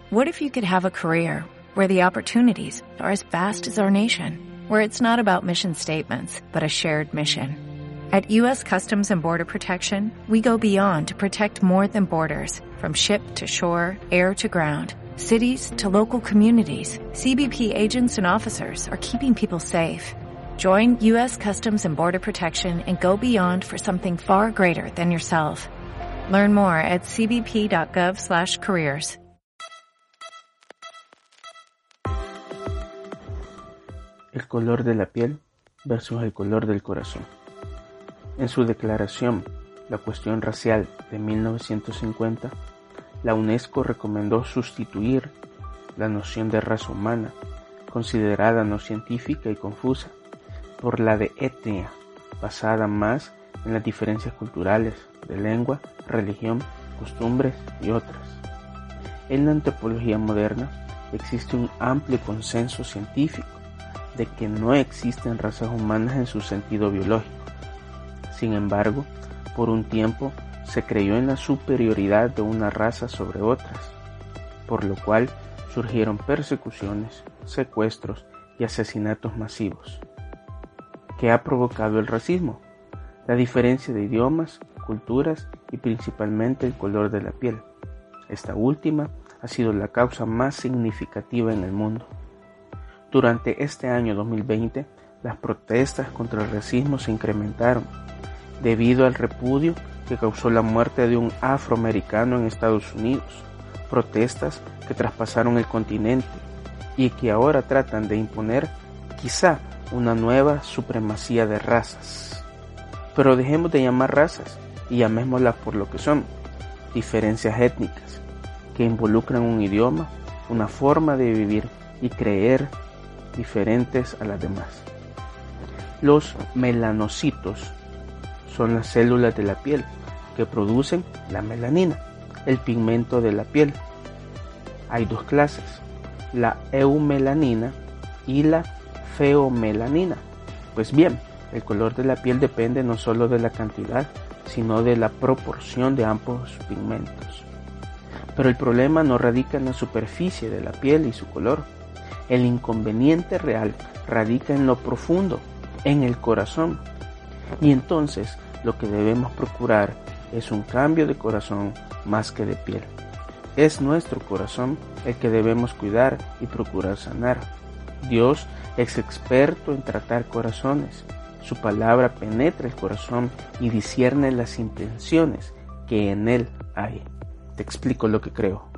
What if you could have a career where the opportunities are as vast as our nation, where it's not about mission statements, but a shared mission? At U.S. Customs and Border Protection, we go beyond to protect more than borders, from ship to shore, air to ground, cities to local communities. CBP agents and officers are keeping people safe. Join U.S. Customs and Border Protection and go beyond for something far greater than yourself. Learn more at cbp.gov/careers. El color de la piel versus el color del corazón. En su declaración, La cuestión racial de 1950, la UNESCO recomendó sustituir la noción de raza humana, considerada no científica y confusa, por la de etnia, basada más en las diferencias culturales, de lengua, religión, costumbres y otras. En la antropología moderna existe un amplio consenso científico de que no existen razas humanas en su sentido biológico. Sin embargo, por un tiempo se creyó en la superioridad de una raza sobre otras, por lo cual surgieron persecuciones, secuestros y asesinatos masivos. ¿Qué ha provocado el racismo? La diferencia de idiomas, culturas y principalmente el color de la piel. Esta última ha sido la causa más significativa en el mundo. Durante este año 2020, las protestas contra el racismo se incrementaron debido al repudio que causó la muerte de un afroamericano en Estados Unidos, protestas que traspasaron el continente y que ahora tratan de imponer quizá una nueva supremacía de razas. Pero dejemos de llamar razas y llamémoslas por lo que son, diferencias étnicas que involucran un idioma, una forma de vivir y creer diferentes a las demás. Los melanocitos son las células de la piel que producen la melanina, el pigmento de la piel. Hay dos clases, la eumelanina y la feomelanina. Pues bien, el color de la piel depende no solo de la cantidad, sino de la proporción de ambos pigmentos. Pero el problema no radica en la superficie de la piel y su color. El inconveniente real radica en lo profundo, en el corazón. Y entonces lo que debemos procurar es un cambio de corazón más que de piel. Es nuestro corazón el que debemos cuidar y procurar sanar. Dios es experto en tratar corazones. Su palabra penetra el corazón y discierne las intenciones que en él hay. Te explico lo que creo.